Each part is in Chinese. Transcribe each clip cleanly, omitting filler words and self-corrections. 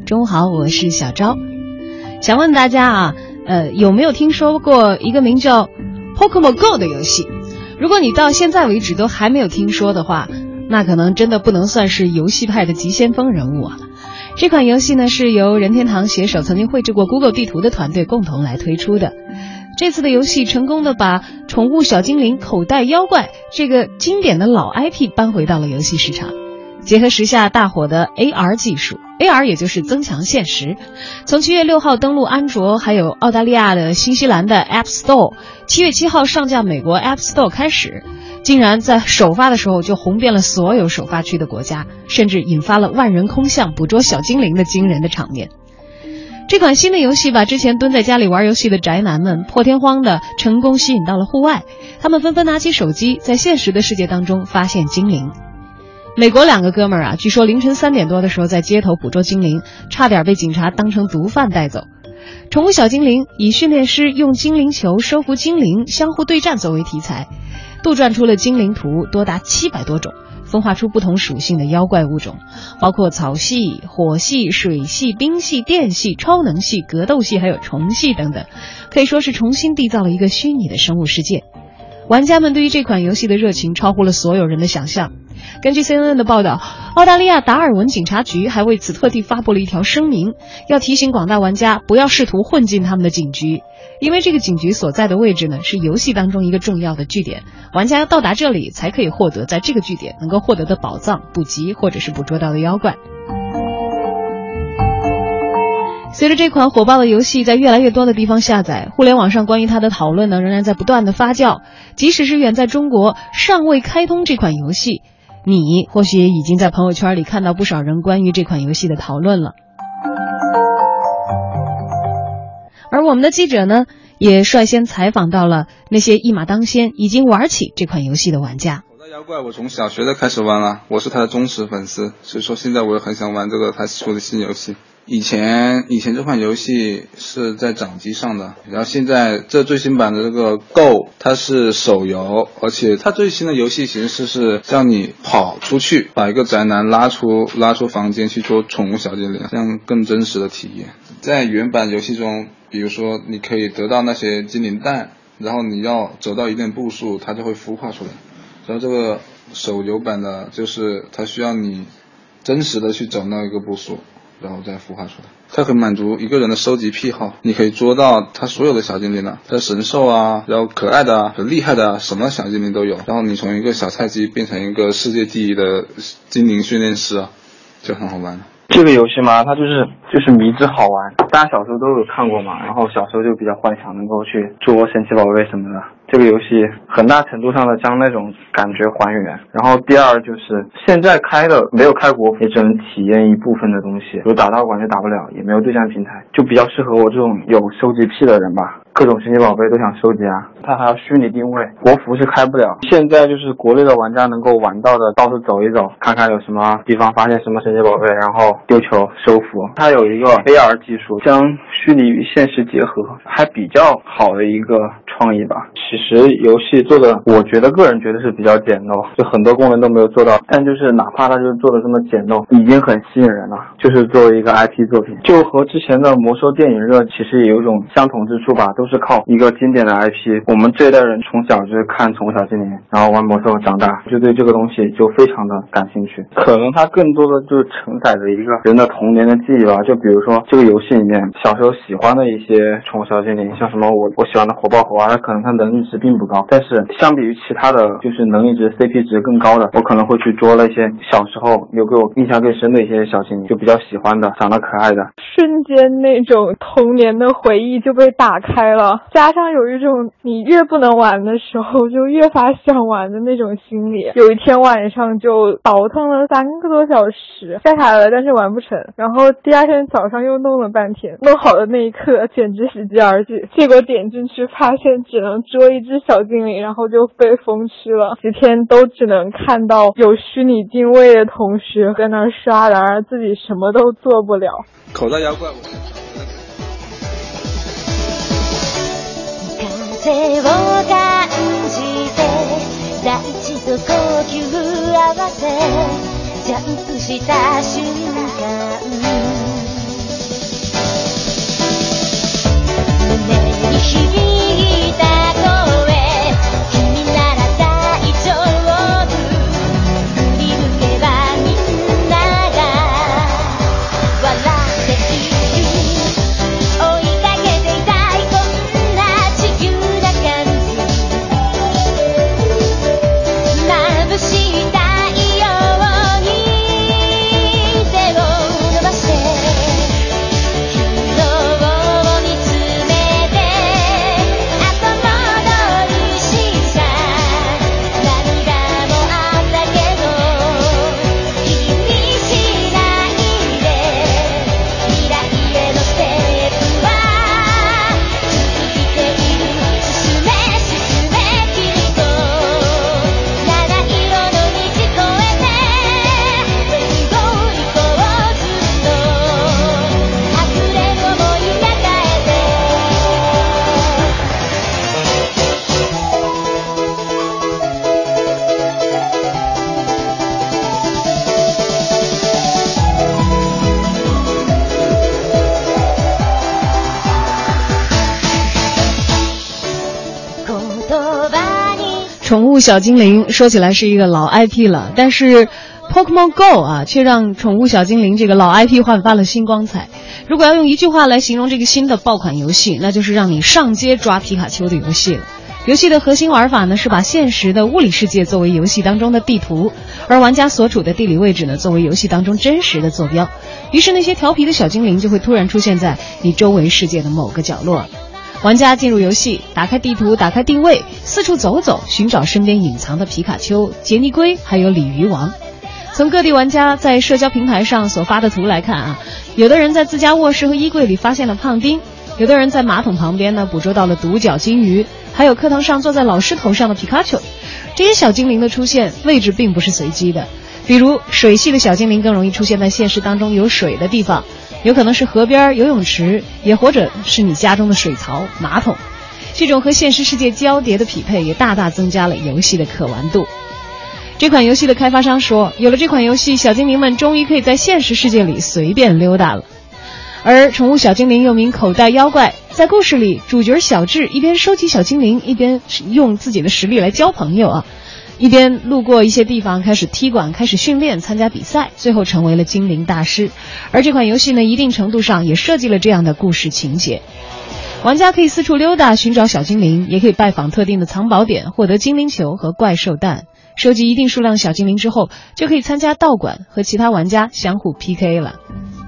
中午好，我是小昭。想问大家啊，有没有听说过一个名叫 Pokémon Go 的游戏？如果你到现在为止都还没有听说的话，那可能真的不能算是游戏派的急先锋人物啊。这款游戏呢，是由任天堂携手曾经绘制过 Google 地图的团队共同来推出的。这次的游戏成功的把宠物小精灵、口袋妖怪这个经典的老 IP 搬回到了游戏市场，结合时下大火的 AR 技术， AR 也就是增强现实，从7月6号登陆安卓还有澳大利亚的新西兰的 App Store， 7月7号上架美国 App Store 开始，竟然在首发的时候就红遍了所有首发区的国家，甚至引发了万人空巷捕捉小精灵的惊人的场面。这款新的游戏把之前蹲在家里玩游戏的宅男们破天荒的成功吸引到了户外，他们纷纷拿起手机，在现实的世界当中发现精灵。美国2个哥们儿啊，据说凌晨3点多的时候在街头捕捉精灵，差点被警察当成毒贩带走。宠物小精灵以训练师用精灵球收服精灵相互对战作为题材，杜撰出了精灵图多达700多种，分化出不同属性的妖怪物种，包括草系、火系、水系、冰系、电系、超能系、格斗系还有虫系等等，可以说是重新缔造了一个虚拟的生物世界。玩家们对于这款游戏的热情超乎了所有人的想象。根据 CNN 的报道，澳大利亚达尔文警察局还为此特地发布了一条声明，要提醒广大玩家不要试图混进他们的警局，因为这个警局所在的位置呢是游戏当中一个重要的据点，玩家要到达这里才可以获得在这个据点能够获得的宝藏、补给或者是捕捉到的妖怪。随着这款火爆的游戏在越来越多的地方下载，互联网上关于它的讨论呢仍然在不断的发酵。即使是远在中国尚未开通这款游戏，你或许也已经在朋友圈里看到不少人关于这款游戏的讨论了。而我们的记者呢也率先采访到了那些一马当先已经玩起这款游戏的玩家。 口袋妖怪我从小学就开始玩了，我是他的忠实粉丝，所以说现在我也很想玩这个他出的新游戏。以前这款游戏是在掌机上的，然后现在这最新版的这个 Go 它是手游，而且它最新的游戏形式是让你跑出去，把一个宅男拉出房间去做宠物小精灵，这样更真实的体验。在原版游戏中，比如说你可以得到那些精灵蛋，然后你要走到一定步数它就会孵化出来，然后这个手游版的就是它需要你真实的去走那一个步数然后再孵化出来。它可以满足一个人的收集癖好，你可以捉到它所有的小精灵啊，它的神兽啊，然后可爱的啊，很厉害的啊，什么小精灵都有。然后你从一个小菜鸡变成一个世界第一的精灵训练师啊，就很好玩。 这个游戏嘛，它就是迷之好玩，大家小时候都有看过嘛，然后小时候就比较幻想能够去捉神奇宝贝什么的。这个游戏很大程度上的将那种感觉还原。然后第二就是现在开的没有开国服，也只能体验一部分的东西，比如打道馆就打不了，也没有对战平台，就比较适合我这种有收集癖的人吧。各种神奇宝贝都想收集啊，它还要虚拟定位，国服是开不了。现在就是国内的玩家能够玩到的，到处走一走，看看有什么地方发现什么神奇宝贝，然后丢球收服。它有一个 AR 技术，将虚拟与现实结合，还比较好的一个创意吧。其实游戏做的，我觉得个人觉得是比较简陋，就很多功能都没有做到，但就是哪怕它就是做的这么简陋，已经很吸引人了。就是作为一个 IP 作品，就和之前的魔兽电影热其实也有一种相同之处吧，都是靠一个经典的 IP。我们这一代人从小就是看宠物小精灵，然后玩魔兽长大，就对这个东西就非常的感兴趣。可能它更多的就是承载着一个人的童年的记忆吧，就比如说这个游戏里面小时候喜欢的一些宠物小精灵，像什么我喜欢的火爆猴啊，它可能它能力值并不高，但是相比于其他的就是能力值 CP 值更高的，我可能会去捉那些小时候有给我印象更深的一些小精灵，就比较喜欢的长得可爱的， 瞬间那种童年的回忆就被打开了，加上有一种你越不能玩的时候就越发想玩的那种心理。有一天晚上就倒腾了3个多小时，下海了但是玩不成，然后第二天早上又弄了半天，弄好的那一刻简直喜极而泣，结果点进去发现只能捉一只小精灵，然后就被封吃了。几天都只能看到有虚拟定位的同学在那儿刷，然而自己什么都做不了。 口袋妖怪風を感じて大地と呼吸合わせジャンプした瞬間宠物小精灵说起来是一个老 IP 了，但是 Pokemon Go 啊，却让宠物小精灵这个老 IP 焕发了新光彩。如果要用一句话来形容这个新的爆款游戏，那就是让你上街抓皮卡丘的游戏了。游戏的核心玩法呢，是把现实的物理世界作为游戏当中的地图，而玩家所处的地理位置呢，作为游戏当中真实的坐标。于是那些调皮的小精灵就会突然出现在你周围世界的某个角落。玩家进入游戏，打开地图，打开定位，四处走走，寻找身边隐藏的皮卡丘、杰尼龟还有鲤鱼王。从各地玩家在社交平台上所发的图来看啊，有的人在自家卧室和衣柜里发现了胖丁，有的人在马桶旁边呢捕捉到了独角金鱼，还有课堂上坐在老师头上的皮卡丘。这些小精灵的出现位置并不是随机的，比如水系的小精灵更容易出现在现实当中有水的地方，有可能是河边、游泳池，也或者是你家中的水槽、马桶。这种和现实世界交叠的匹配也大大增加了游戏的可玩度。这款游戏的开发商说，有了这款游戏，小精灵们终于可以在现实世界里随便溜达了。而宠物小精灵又名口袋妖怪，在故事里，主角小智一边收集小精灵，一边用自己的实力来交朋友啊，一边路过一些地方开始踢馆，开始训练，参加比赛，最后成为了精灵大师。而这款游戏呢，一定程度上也设计了这样的故事情节。玩家可以四处溜达寻找小精灵，也可以拜访特定的藏宝点，获得精灵球和怪兽蛋。收集一定数量的小精灵之后，就可以参加道馆和其他玩家相互 PK 了。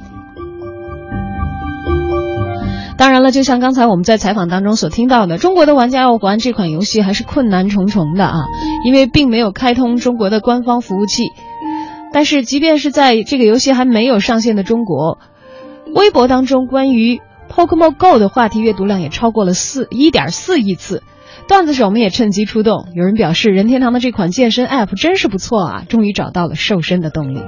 当然了，就像刚才我们在采访当中所听到的，中国的玩家要玩这款游戏还是困难重重的啊，因为并没有开通中国的官方服务器。但是即便是在这个游戏还没有上线的中国，微博当中关于 Pokemon Go 的话题阅读量也超过了1.4亿次。段子手们也趁机出动，有人表示任天堂的这款健身 App 真是不错啊，终于找到了瘦身的动力。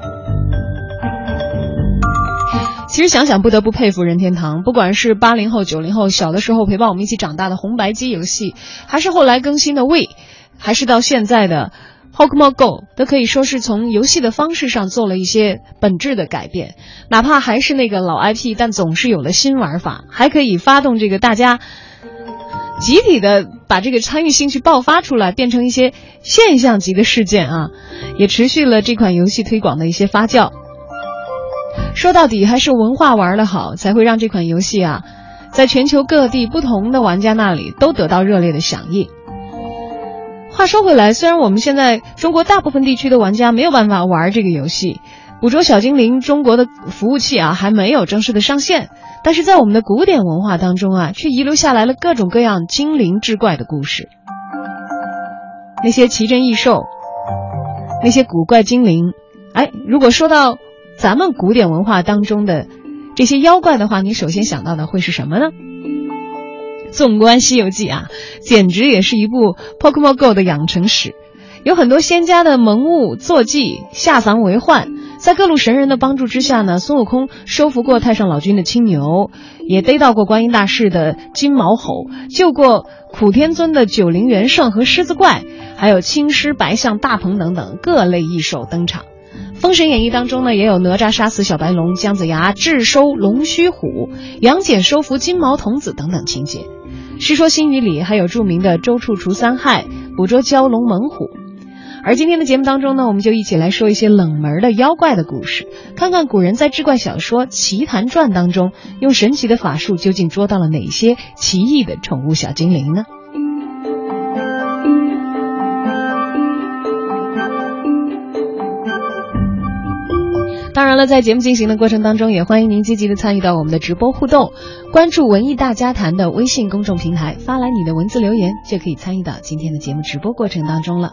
其实想想不得不佩服任天堂，不管是80后、90后小的时候陪伴我们一起长大的红白机游戏，还是后来更新的 Wii， 还是到现在的 Pokemon Go， 都可以说是从游戏的方式上做了一些本质的改变。哪怕还是那个老 IP， 但总是有了新玩法，还可以发动这个大家集体的把这个参与兴趣爆发出来，变成一些现象级的事件啊，也持续了这款游戏推广的一些发酵。说到底还是文化玩得好，才会让这款游戏啊，在全球各地不同的玩家那里都得到热烈的响应。话说回来，虽然我们现在中国大部分地区的玩家没有办法玩这个游戏，捕捉小精灵中国的服务器啊还没有正式的上线，但是在我们的古典文化当中啊，却遗留下来了各种各样精灵志怪的故事。那些奇珍异兽，那些古怪精灵，如果说到咱们古典文化当中的这些妖怪的话，你首先想到的会是什么呢？纵观西游记啊，简直也是一部 Pokemon Go 的养成史，有很多仙家的萌物坐骑下凡为幻，在各路神人的帮助之下呢，孙悟空收服过太上老君的青牛，也逮到过观音大士的金毛猴，救过苦天尊的九灵元圣和狮子怪，还有青狮、白象、大鹏等等各类异兽登场。封神演义当中呢，也有哪吒杀死小白龙、姜子牙智收龙须虎、杨戬收服金毛童子等等情节。世说新语里还有著名的周处除三害、捕捉蛟龙猛虎。而今天的节目当中呢，我们就一起来说一些冷门的妖怪的故事，看看古人在志怪小说《奇谭传》当中用神奇的法术究竟捉到了哪些奇异的宠物小精灵呢？当然了，在节目进行的过程当中，也欢迎您积极的参与到我们的直播互动，关注文艺大家谈的微信公众平台，发来你的文字留言，就可以参与到今天的节目直播过程当中了。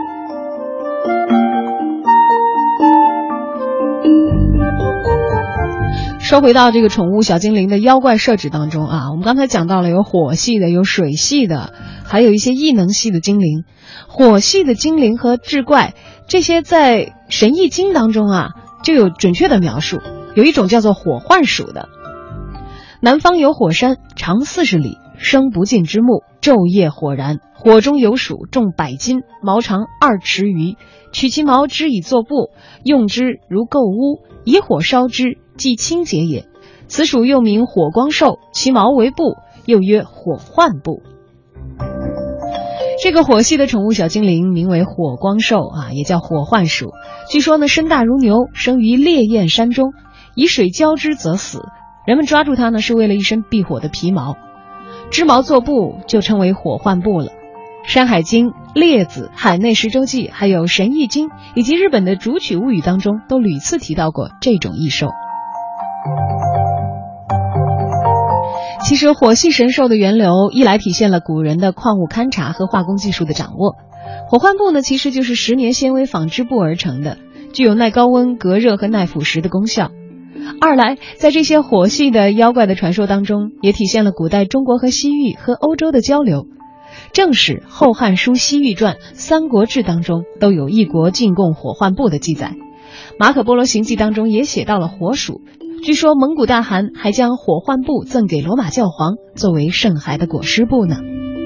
说回到这个宠物小精灵的妖怪设置当中啊，我们刚才讲到了有火系的，有水系的，还有一些异能系的精灵。火系的精灵和志怪，这些在神异经当中啊就有准确的描述，有一种叫做火幻鼠的。南方有火山，长40里，生不尽之木，昼夜火燃，火中有鼠，重100斤，毛长2尺余，取其毛织以作布，用之如垢污，以火烧之，即清洁也。此鼠又名火光兽，其毛为布，又曰火幻布。 这个火系的宠物小精灵名为火光兽啊，也叫火浣鼠。据说呢，身大如牛，生于烈焰山中，以水浇之则死。人们抓住它呢，是为了一身避火的皮毛，织毛做布就称为火浣布了。《山海经》《列子》《海内十洲记》还有《神异经》以及日本的《竹取物语》当中都屡次提到过这种异兽。其实火系神兽的源流一来体现了古人的矿物勘察和化工技术的掌握，火浣布呢其实就是10年纤维纺织布而成的，具有耐高温、隔热和耐腐蚀的功效。二来，在这些火系的妖怪的传说当中，也体现了古代中国和西域和欧洲的交流。正史《后汉书·西域传》《三国志》当中都有异国进贡火浣布的记载，马可波罗行记当中也写到了火鼠。据说蒙古大汗还将火浣布赠给罗马教皇，作为圣孩的裹尸布呢。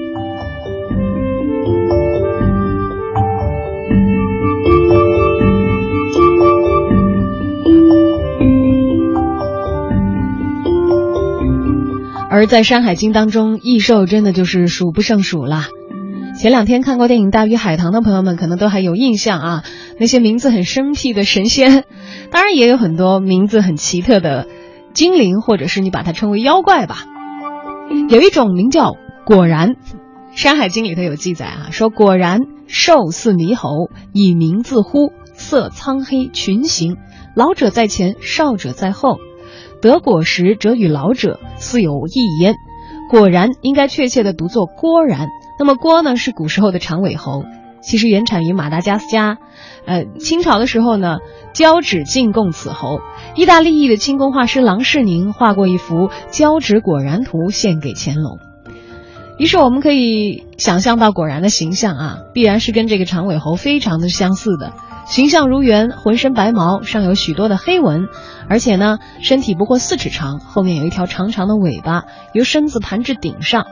而在《山海经》当中，异兽真的就是数不胜数啦。前2天看过电影《大鱼海棠》的朋友们可能都还有印象啊，那些名字很生僻的神仙，当然也有很多名字很奇特的精灵，或者是你把它称为妖怪吧。有一种名叫果然，《山海经》里头有记载啊，说果然兽似猕猴，以鸣自呼，色苍黑，群行，老者在前，少者在后，得果实者与老者似有异焉。果然应该确切的读作郭然。那么郭呢是古时候的长尾猴，其实原产于马达加斯加。清朝的时候呢，交趾进贡此猴。意大利裔的清宫画师郎世宁画过一幅交趾果然图献给乾隆。于是我们可以想象到果然的形象啊，必然是跟这个长尾猴非常的相似的。形象如圆，浑身白毛，上有许多的黑纹，而且呢，身体不过4尺长，后面有一条长长的尾巴，由身子盘至顶上，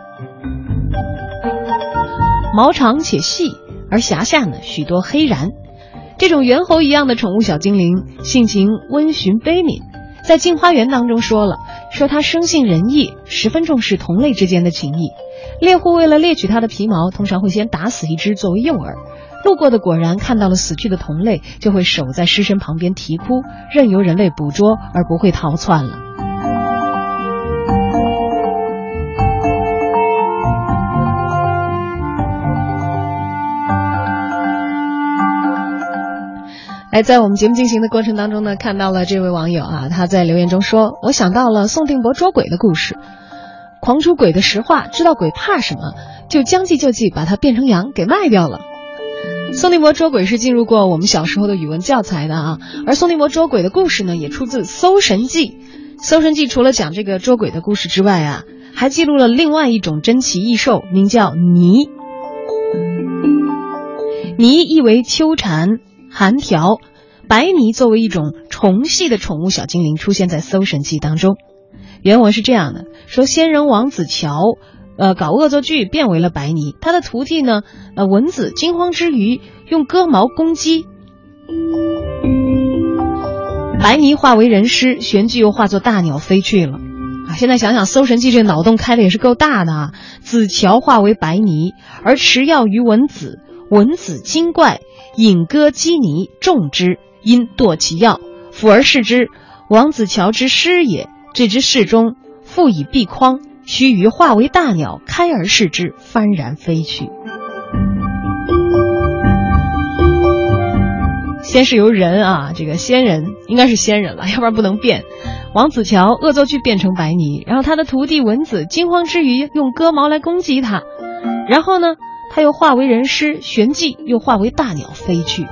毛长且细，而辖下呢许多黑髯。这种猿猴一样的宠物小精灵，性情温驯悲悯，在《镜花缘》当中说它生性仁义，十分重视同类之间的情谊。猎户为了猎取它的皮毛，通常会先打死一只作为诱饵。路过的果然看到了死去的同类，就会守在尸身旁边啼哭，任由人类捕捉，而不会逃窜了。在我们节目进行的过程当中呢，看到了这位网友啊，他在留言中说，我想到了宋定伯捉鬼的故事，狂出鬼的实话，知道鬼怕什么，就将计就计把它变成羊给卖掉了。宋定伯捉鬼是进入过我们小时候的语文教材的啊，而宋定伯捉鬼的故事呢，也出自《搜神记》。《搜神记》除了讲这个捉鬼的故事之外啊，还记录了另外一种珍奇异兽，名叫鲵。鲵意为秋蝉、寒条，白鲵作为一种虫系的宠物小精灵出现在《搜神记》当中。原文是这样的，说仙人王子乔搞恶作剧变为了白鲵，他的徒弟呢蚊子惊慌之余用戈矛攻击，白鲵化为人尸，旋即又化作大鸟飞去了啊！现在想想，搜神记这脑洞开的也是够大的啊！子乔化为白鲵，而持药于蚊子，蚊子惊怪，引戈击鲵，中之，因堕其药，俯而视之，王子乔之尸也，置之室中，复以蔽筐，须臾化为大鸟，开而视之，幡然飞去。先是由人啊，这个仙人应该是仙人了，要不然不能变。王子乔恶作剧变成白鲵，然后他的徒弟蚊子惊慌之余用戈矛来攻击他，然后呢，他又化为人尸，旋即又化为大鸟飞去。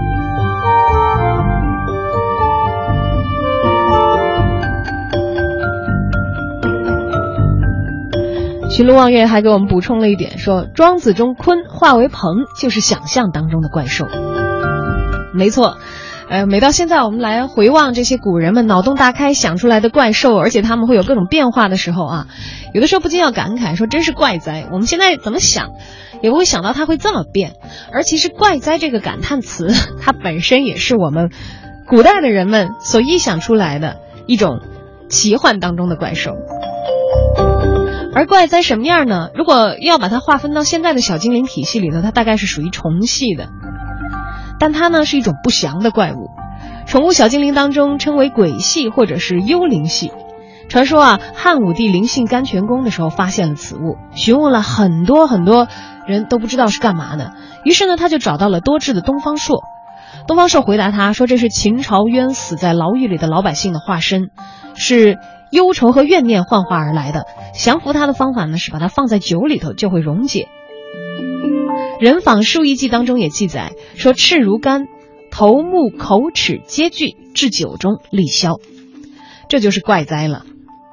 寻路望月还给我们补充了一点，说庄子中鲲化为鹏就是想象当中的怪兽。没错，每到现在我们来回望这些古人们脑洞大开想出来的怪兽，而且他们会有各种变化的时候啊，有的时候不禁要感慨说真是怪哉，我们现在怎么想也不会想到它会这么变。而其实怪哉这个感叹词，它本身也是我们古代的人们所臆想出来的一种奇幻当中的怪兽。 而怪哉什么样呢？如果要把它划分到现在的小精灵体系里头，它大概是属于虫系的，但它呢是一种不祥的怪物。宠物小精灵当中称为鬼系或者是幽灵系。传说啊，汉武帝临幸甘泉宫的时候发现了此物，询问了很多人都不知道是干嘛的。于是呢，他就找到了多智的东方朔。东方朔回答他说，这是秦朝冤死在牢狱里的老百姓的化身，是忧愁和怨念幻化而来的。降服它的方法呢，是把它放在酒里头就会溶解。人坊述异记当中也记载说，赤如干，头目口齿皆具，至酒中立消。这就是怪哉了。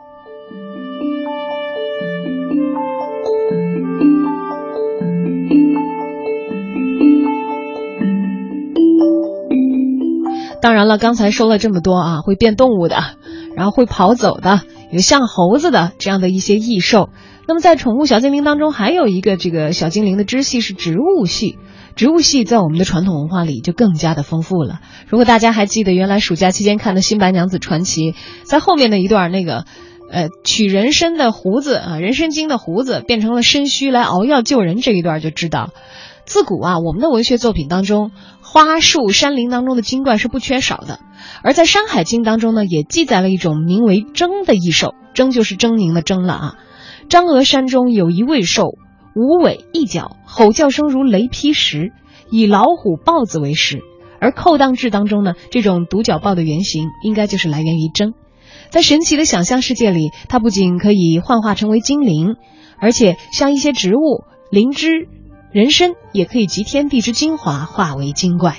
当然了，刚才说了这么多啊，会变动物的，然后会跑走的，有像猴子的这样的一些异兽。那么在宠物小精灵当中，还有一个这个小精灵的支系是植物系。植物系在我们的传统文化里就更加的丰富了。如果大家还记得原来暑假期间看的《新白娘子传奇》，在后面的一段那个取人参的胡子啊，人参精的胡子变成了参须来熬药救人这一段，就知道自古啊，我们的文学作品当中，花树山林当中的精怪是不缺少的。而在《山海经》当中呢，也记载了一种名为狰的异兽，狰就是狰狞的狰了啊。张峨山中有一位兽，无尾一角，吼叫声如雷劈石，以老虎豹子为食。而《寇荡志》当中呢，这种独角豹的原型应该就是来源于狰。在神奇的想象世界里，它不仅可以幻化成为精灵，而且像一些植物、灵芝、人参也可以集天地之精华化为精怪。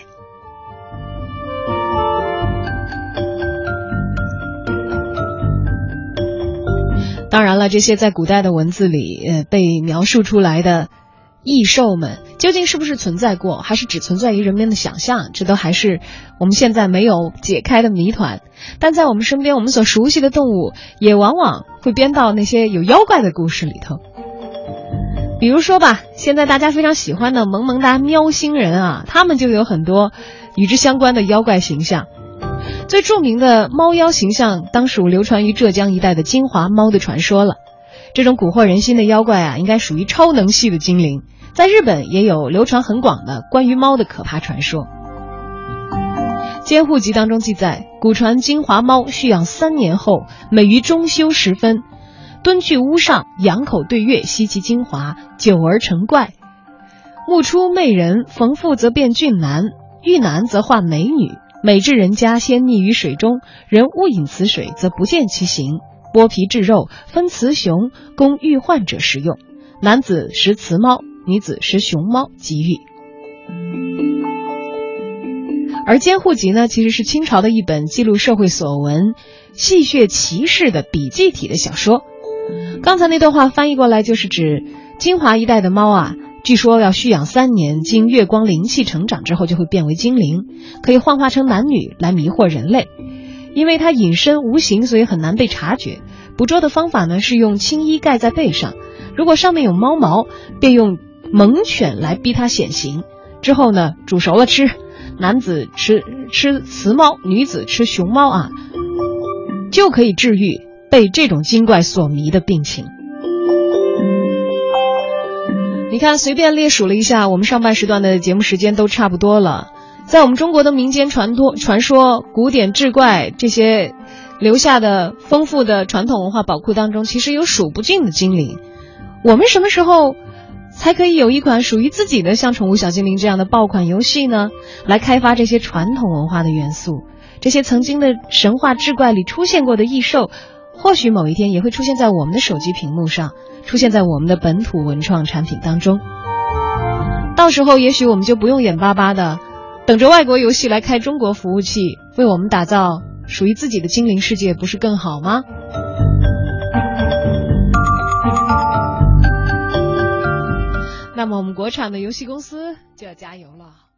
当然了，这些在古代的文字里被描述出来的异兽们究竟是不是存在过，还是只存在于人们的想象，这都还是我们现在没有解开的谜团。但在我们身边，我们所熟悉的动物也往往会编到那些有妖怪的故事里头。比如说吧，现在大家非常喜欢的萌萌哒喵星人啊，他们就有很多与之相关的妖怪形象。最著名的猫妖形象当属流传于浙江一带的金华猫的传说了。这种蛊惑人心的妖怪啊，应该属于超能系的精灵。在日本也有流传很广的关于猫的可怕传说。监护集当中记载，古传金华猫蓄养3年后，每于中秋时分蹲去屋上，仰口对月，吸其精华，久而成怪。目出媚人，逢妇则变俊男，遇男则化美女。每至人家，先溺于水中，人误饮此水，则不见其形。剥皮制肉，分雌雄，供遇患者食用。男子食雌猫，女子食雄猫即愈。而监护集呢，其实是清朝的一本记录社会所闻、戏谑奇事的笔记体的小说。刚才那段话翻译过来就是指金华一带的猫啊，据说要蓄养3年，经月光灵气成长之后就会变为精灵，可以幻化成男女来迷惑人类。因为它隐身无形，所以很难被察觉。捕捉的方法呢，是用青衣盖在背上，如果上面有猫毛，便用猛犬来逼它显形。之后呢，煮熟了吃，男子吃雌猫，女子吃雄猫啊，就可以治愈被这种精怪所迷的病情。你看，随便列数了一下，我们上半时段的节目时间都差不多了。在我们中国的民间传说、古典志怪这些留下的丰富的传统文化宝库当中，其实有数不尽的精灵。我们什么时候才可以有一款属于自己的像宠物小精灵这样的爆款游戏呢？来开发这些传统文化的元素，这些曾经的神话志怪里出现过的异兽，或许某一天也会出现在我们的手机屏幕上，出现在我们的本土文创产品当中。到时候也许我们就不用眼巴巴的等着外国游戏来开中国服务器，为我们打造属于自己的精灵世界，不是更好吗？那么我们国产的游戏公司就要加油了。